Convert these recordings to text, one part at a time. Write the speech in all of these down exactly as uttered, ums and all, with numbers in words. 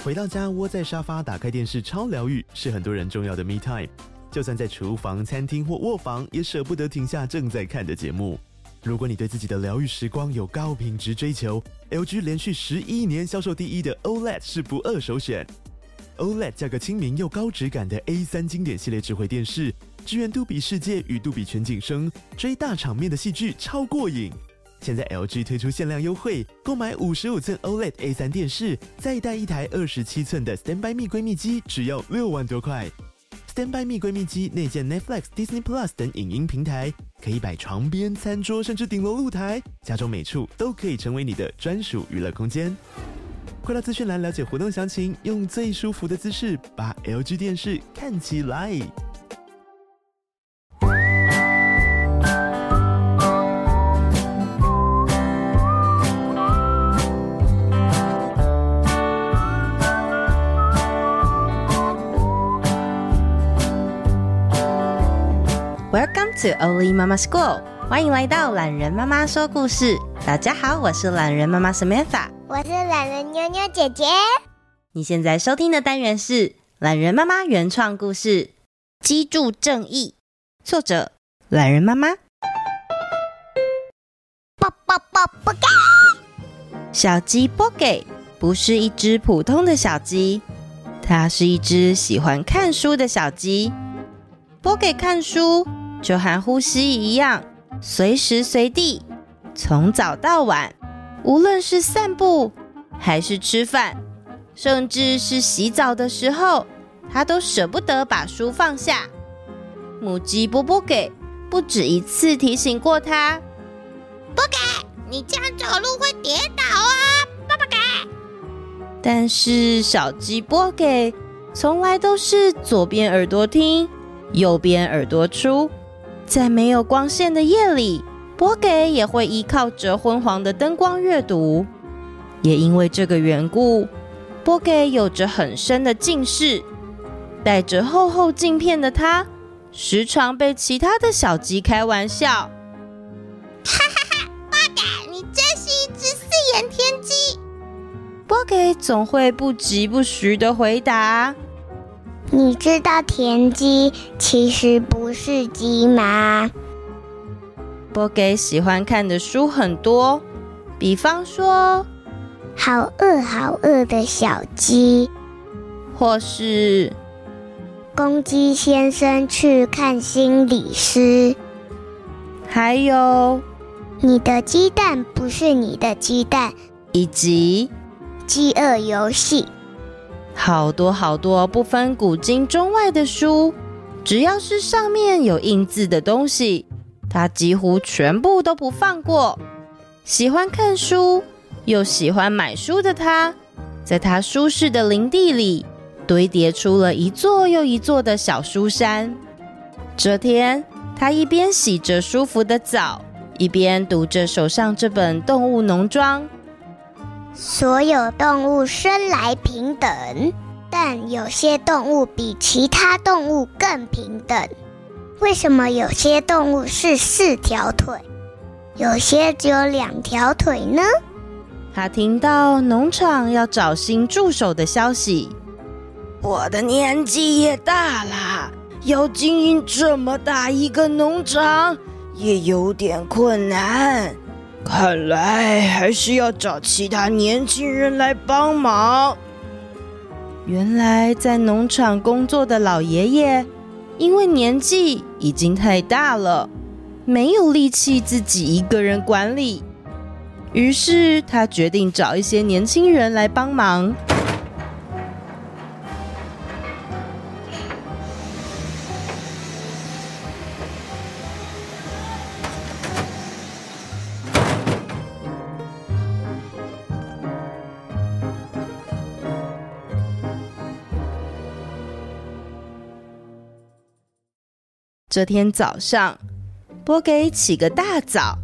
回到家窝在沙发打开电视超疗愈，是很多人重要的 me time。就算在厨房、餐厅或卧房，也舍不得停下正在看的节目。如果你对自己的疗愈时光有高品质追求， L G 连续十一年销售第一的 O L E D 是不二首选。O L E D 价格亲民又高质感的 A 三 经典系列智慧电视，支援杜比世界与杜比全景声，追大场面的戏剧超过瘾。现在 L G 推出限量优惠，购买五十五寸 O L E D A 三 电视，再带一台二十七寸的 Standby Me 闺蜜机，只要六万多块。Standby Me 闺蜜机内建 Netflix、Disney Plus 等影音平台，可以摆床边、餐桌，甚至顶楼露台，家中每处都可以成为你的专属娱乐空间。快到资讯栏了解活动详情，用最舒服的姿势把 L G 电视看起来。 Welcome to Oli Mama School， 欢迎来到懒人妈妈说故事。大家好，我是懒人妈妈 Samantha， 我是懒人妞妞姐姐。 你现在收听的单元是懒人妈妈原创故事《鸡助正义》，作者懒人妈妈。 啵啵啵啵给！ 小鸡波给不是一只普通的小鸡，它是一只喜欢看书的小鸡。波给看书就和呼吸一样，随时随地，从早到晚，无论是散步还是吃饭，甚至是洗澡的时候，他都舍不得把书放下。母鸡波波给不止一次提醒过他： 波给，你这样走路会跌倒啊，波波给。 但是小鸡波给从来都是左边耳朵听，右边耳朵出，在没有光线的夜里，波给也会依靠着昏黄的灯光阅读。也因为这个缘故，波给有着很深的近视，戴着厚厚镜片的他，时常被其他的小鸡开玩笑： 哈哈哈，波给，你真是一只四眼田鸡。 波给总会不疾不徐地回答： 你知道田鸡其实不是鸡吗？ 波给喜欢看的书很多，比方说好饿好饿的小鸡， 或是公鸡先生去看心理师， 还有你的鸡蛋不是你的鸡蛋， 以及饥饿游戏。 好多好多不分古今中外的书，只要是上面有印字的东西，他几乎全部都不放过。喜欢看书又喜欢买书的他，在他舒适的林地里堆叠出了一座又一座的小书山。这天，他一边洗着舒服的澡，一边读着手上这本动物农庄。 所有动物生来平等，但有些动物比其他动物更平等。为什么有些动物是四条腿，有些只有两条腿呢？ 他听到农场要找新助手的消息。我的年纪也大了，要经营这么大一个农场也有点困难，看来还是要找其他年轻人来帮忙。原来在农场工作的老爷爷，因为年纪已经太大了，没有力气自己一个人管理，于是他决定找一些年轻人来帮忙。这天早上，波给起个大早，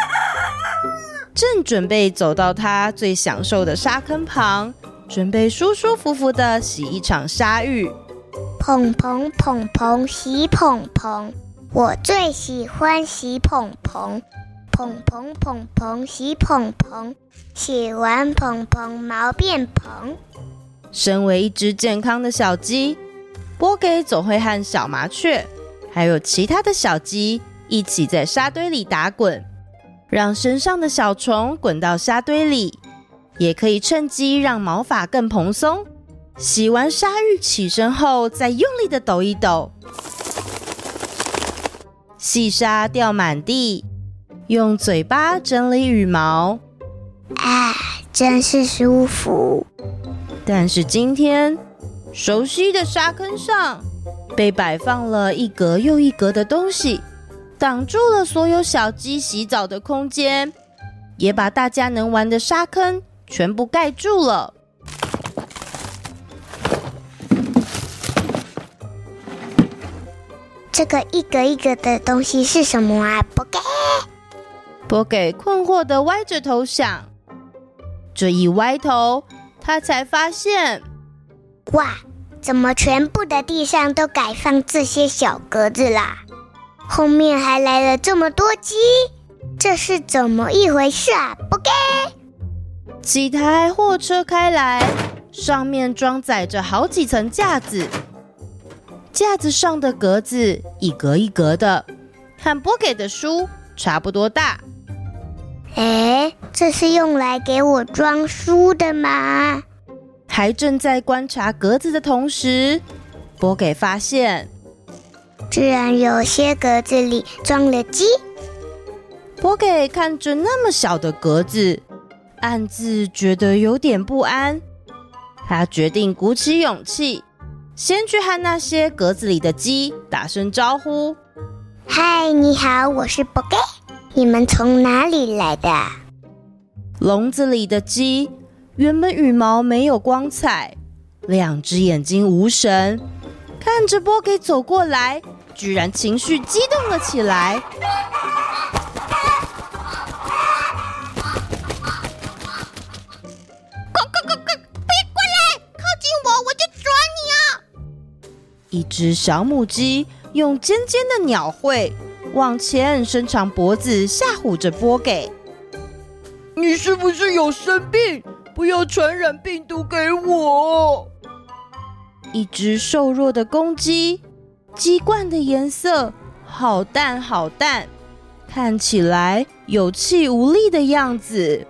正准备走到他最享受的沙坑旁，准备舒舒服服的洗一场沙浴。 砰砰砰砰洗砰砰，我最喜欢洗砰砰。砰砰砰砰洗砰砰，洗完砰砰毛变蓬。 身为一只健康的小鸡，波给总会和小麻雀还有其他的小鸡一起在沙堆里打滚，让身上的小虫滚到沙堆里，也可以趁机让毛发更蓬松。洗完沙浴起身后，再用力的抖一抖，细沙掉满地，用嘴巴整理羽毛， 啊，真是舒服。 但是今天熟悉的沙坑上被摆放了一格又一格的东西，挡住了所有小鸡洗澡的空间，也把大家能玩的沙坑全部盖住了。 这个一格一格的东西是什么啊？波给波给困惑地歪着头想，这一歪头，他才发现， 哇，怎么全部的地上都改放这些小格子啦？后面还来了这么多鸡，这是怎么一回事啊？波给几台货车开来，上面装载着好几层架子，架子上的格子一格一格的，和波给的书差不多大。 诶，这是用来给我装书的吗？ 还正在观察格子的同时，波给发现， 居然有些格子里装了鸡。 波给看着那么小的格子，暗自觉得有点不安。他决定鼓起勇气，先去和那些格子里的鸡打声招呼。 嗨，你好，我是波给，你们从哪里来的？ 笼子里的鸡原本羽毛没有光彩，两只眼睛无神，看着波给走过来，居然情绪激动了起来。一只小母鸡用尖尖的鸟喙往前伸长脖子，吓唬着波给。你是不是有生病？不要传染病毒给我！一只瘦弱的公鸡，鸡冠的颜色好淡好淡，看起来有气无力的样子。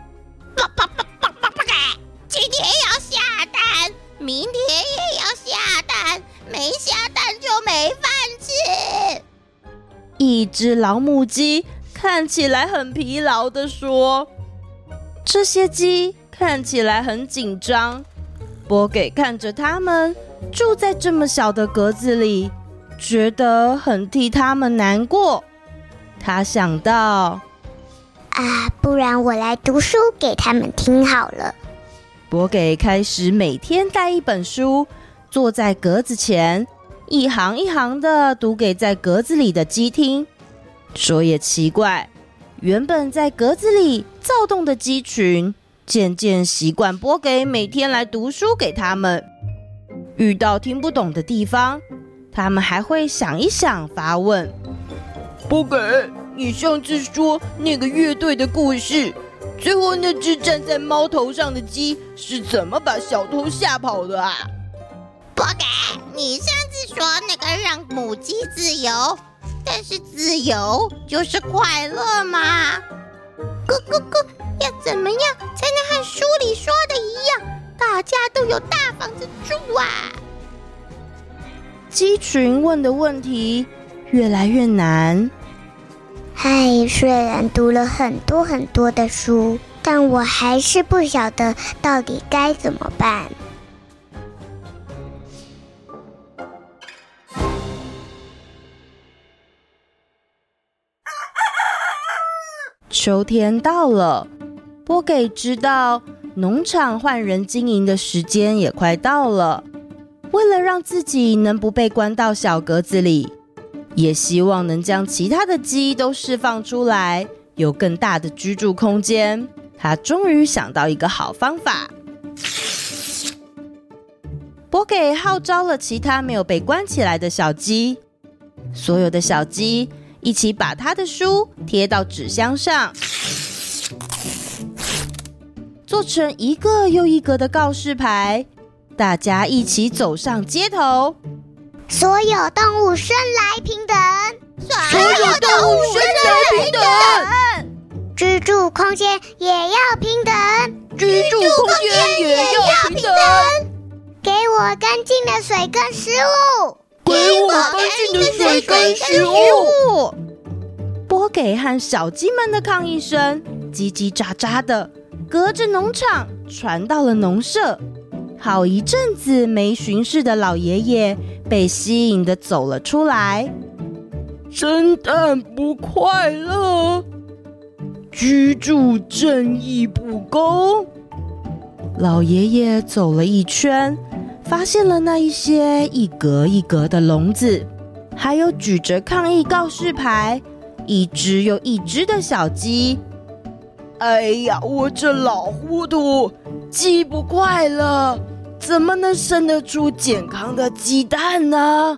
今天要下蛋，明天也要下蛋，没下蛋就没饭吃。 一只老母鸡看起来很疲劳地说。这些鸡看起来很紧张，波给看着它们住在这么小的格子里，觉得很替它们难过。他想到， 啊，不然我来读书给他们听好了。 波给开始每天带一本书，坐在格子前，一行一行的读给在格子里的鸡听。说也奇怪，原本在格子里躁动的鸡群，渐渐习惯波给每天来读书给他们。遇到听不懂的地方，他们还会想一想发问。波给，你上次说那个乐队的故事，最后那只站在猫头上的鸡是怎么把小偷吓跑的啊？ 波给，你上次说那个让母鸡自由，但是自由就是快乐吗？咕咕咕，要怎么样才能和书里说的一样，大家都有大房子住啊？ 鸡群问的问题越来越难。 嗨，虽然读了很多很多的书，但我还是不晓得到底该怎么办。 秋天到了，波给知道农场换人经营的时间也快到了。为了让自己能不被关到小格子里，也希望能将其他的鸡都释放出来，有更大的居住空间。他终于想到一个好方法。波给号召了其他没有被关起来的小鸡，所有的小鸡一起把他的书贴到纸箱上，做成一个又一个的告示牌， 大家一起走上街头。 所有动物生来平等， 所有动物生来平等， 居住空间也要平等， 居住空间也要平等。 给我干净的水跟食物， 给我干净的水跟食物。波给和小鸡们的抗议声叽叽喳喳的，隔着农场传到了农舍。好一阵子没巡视的老爷爷被吸引的走了出来。圣诞不快乐，居住正义不公。老爷爷走了一圈，发现了那一些一格一格的笼子，还有举着抗议告示牌，一只又一只的小鸡。哎呀，我这老糊涂，鸡不快乐，怎么能生得出健康的鸡蛋呢？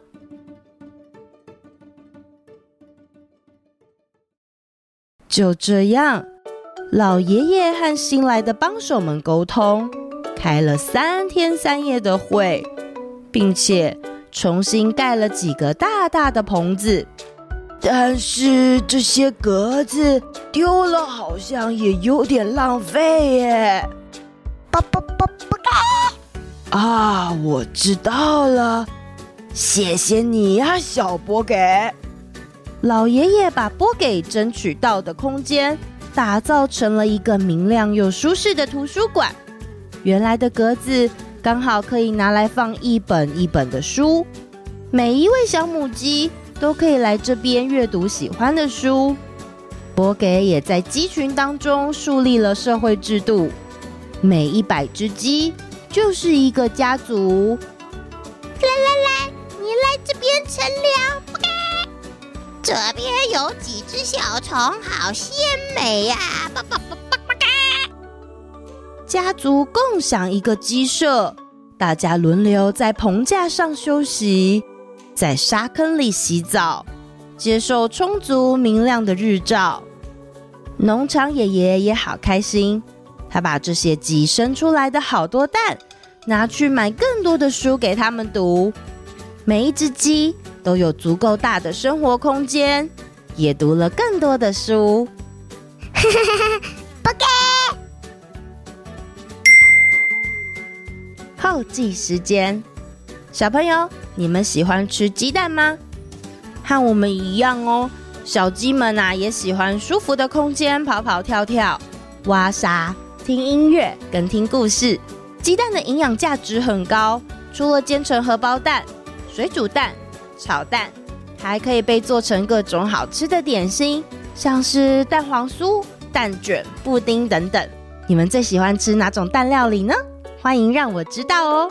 就这样，老爷爷和新来的帮手们沟通，开了三天三夜的会，并且重新盖了几个大大的棚子。但是这些格子丢了好像也有点浪费耶。 不不不不该啊，我知道了，谢谢你呀，小波给。老爷爷把波给争取到的空间打造成了一个明亮又舒适的图书馆。原来的格子刚好可以拿来放一本一本的书，每一位小母鸡都可以来这边阅读喜欢的书。波给也在鸡群当中树立了社会制度，每一百只鸡就是一个家族。 来来来，你来这边乘凉。这边有几只小虫，好鲜美呀！叭叭叭叭叭嘎。 家族共享一个鸡舍，大家轮流在棚架上休息，在沙坑里洗澡，接受充足明亮的日照。农场爷爷也好开心，他把这些鸡生出来的好多蛋拿去买更多的书给他们读。每一只鸡都有足够大的生活空间，也读了更多的书。 不给。 后记时间，小朋友，你们喜欢吃鸡蛋吗？和我们一样哦，小鸡们啊也喜欢舒服的空间，跑跑跳跳、挖沙、听音乐跟听故事。鸡蛋的营养价值很高，除了煎成荷包蛋、水煮蛋、炒蛋，还可以被做成各种好吃的点心，像是蛋黄酥、蛋卷、布丁等等。你们最喜欢吃哪种蛋料理呢？欢迎让我知道哦。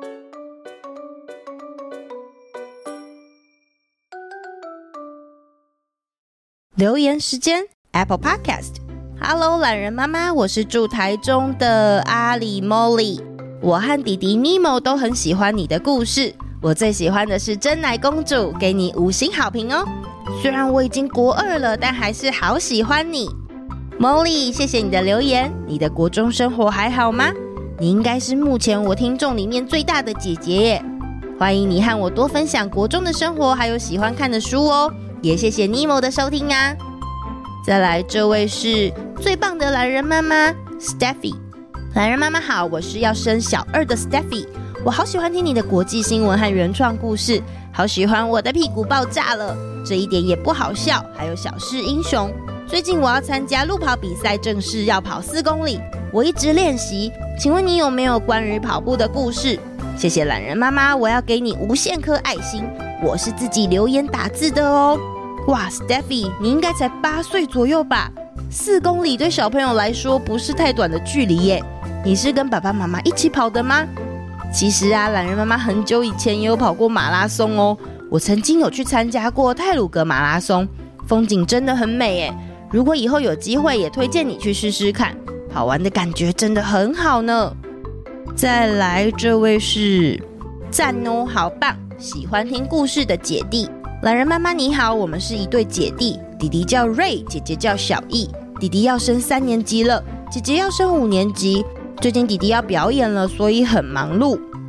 留言时间 Apple Podcast。Hello， 懒人妈妈，我是住台中的阿里 Molly， 我和弟弟 Nemo 都很喜欢你的故事。我最喜欢的是真奶公主，给你五星好评哦！虽然我已经国二了，但还是好喜欢你。Molly， 谢谢你的留言。你的国中生活还好吗？你应该是目前我听众里面最大的姐姐耶。欢迎你和我多分享国中的生活，还有喜欢看的书哦。也谢谢 Nemo 的收听啊。再来，这位是最棒的懒人妈妈 Steffi。懒人妈妈好，我是要升小二的 Steffi。我好喜欢听你的国际新闻和原创故事，好喜欢我的屁股爆炸了，这一点也不好笑，还有小事英雄。最近我要参加路跑比赛，正式要跑四公里，我一直练习。请问你有没有关于跑步的故事？谢谢懒人妈妈，我要给你无限颗爱心，我是自己留言打字的哦。哇 ，Steffi， 你应该才八岁左右吧？四公里对小朋友来说不是太短的距离耶。你是跟爸爸妈妈一起跑的吗？其实啊，懒人妈妈很久以前也有跑过马拉松哦。我曾经有去参加过太鲁阁马拉松，风景真的很美耶。如果以后有机会，也推荐你去试试看，跑完的感觉真的很好呢。再来，这位是赞哦，好棒，喜欢听故事的姐弟。懒人妈妈你好，我们是一对姐弟，弟弟叫瑞，姐姐叫小艺。弟弟要升三年级了，姐姐要升五年级。最近弟弟要表演了，所以很忙碌。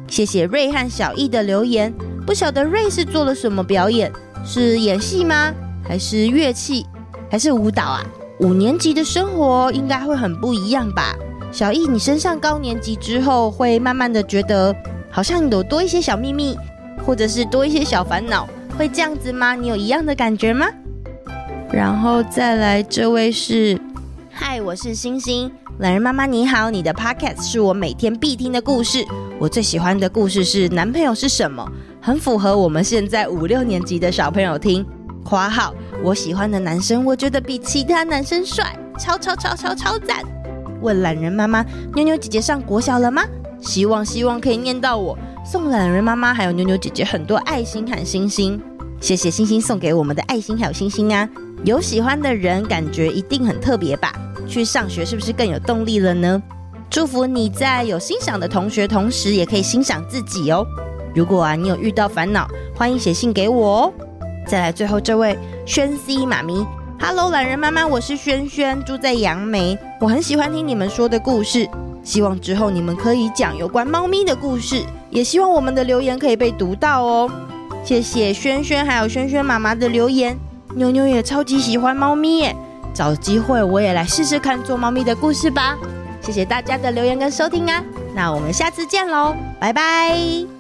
谢谢瑞和小易的留言。不晓得瑞是做了什么表演？是演戏吗？还是乐器？还是舞蹈啊？五年级的生活应该会很不一样吧？小易，你升上高年级之后，会慢慢的觉得好像有多一些小秘密，或者是多一些小烦恼，会这样子吗？你有一样的感觉吗？然后再来这位是，嗨，我是星星。懒人妈妈你好，你的 podcast 是我每天必听的故事。我最喜欢的故事是男朋友是什么，很符合我们现在五六年级的小朋友听。括号，我喜欢的男生，我觉得比其他男生帅，超超超超超赞。问懒人妈妈，妞妞姐姐上国小了吗？希望希望可以念到我。送懒人妈妈还有妞妞姐姐很多爱心和星星，谢谢星星送给我们的爱心还有星星啊！有喜欢的人，感觉一定很特别吧？去上学是不是更有动力了呢？祝福你在有欣赏的同学同时，也可以欣赏自己哦。如果啊你有遇到烦恼，欢迎写信给我哦。再来最后这位轩 C 妈咪 ，Hello 懒人妈妈，我是轩轩，住在杨梅，我很喜欢听你们说的故事，希望之后你们可以讲有关猫咪的故事，也希望我们的留言可以被读到哦。谢谢轩轩还有轩轩妈妈的留言，妞妞也超级喜欢猫咪耶，找机会我也来试试看做猫咪的故事吧。谢谢大家的留言跟收听啊，那我们下次见喽，拜拜。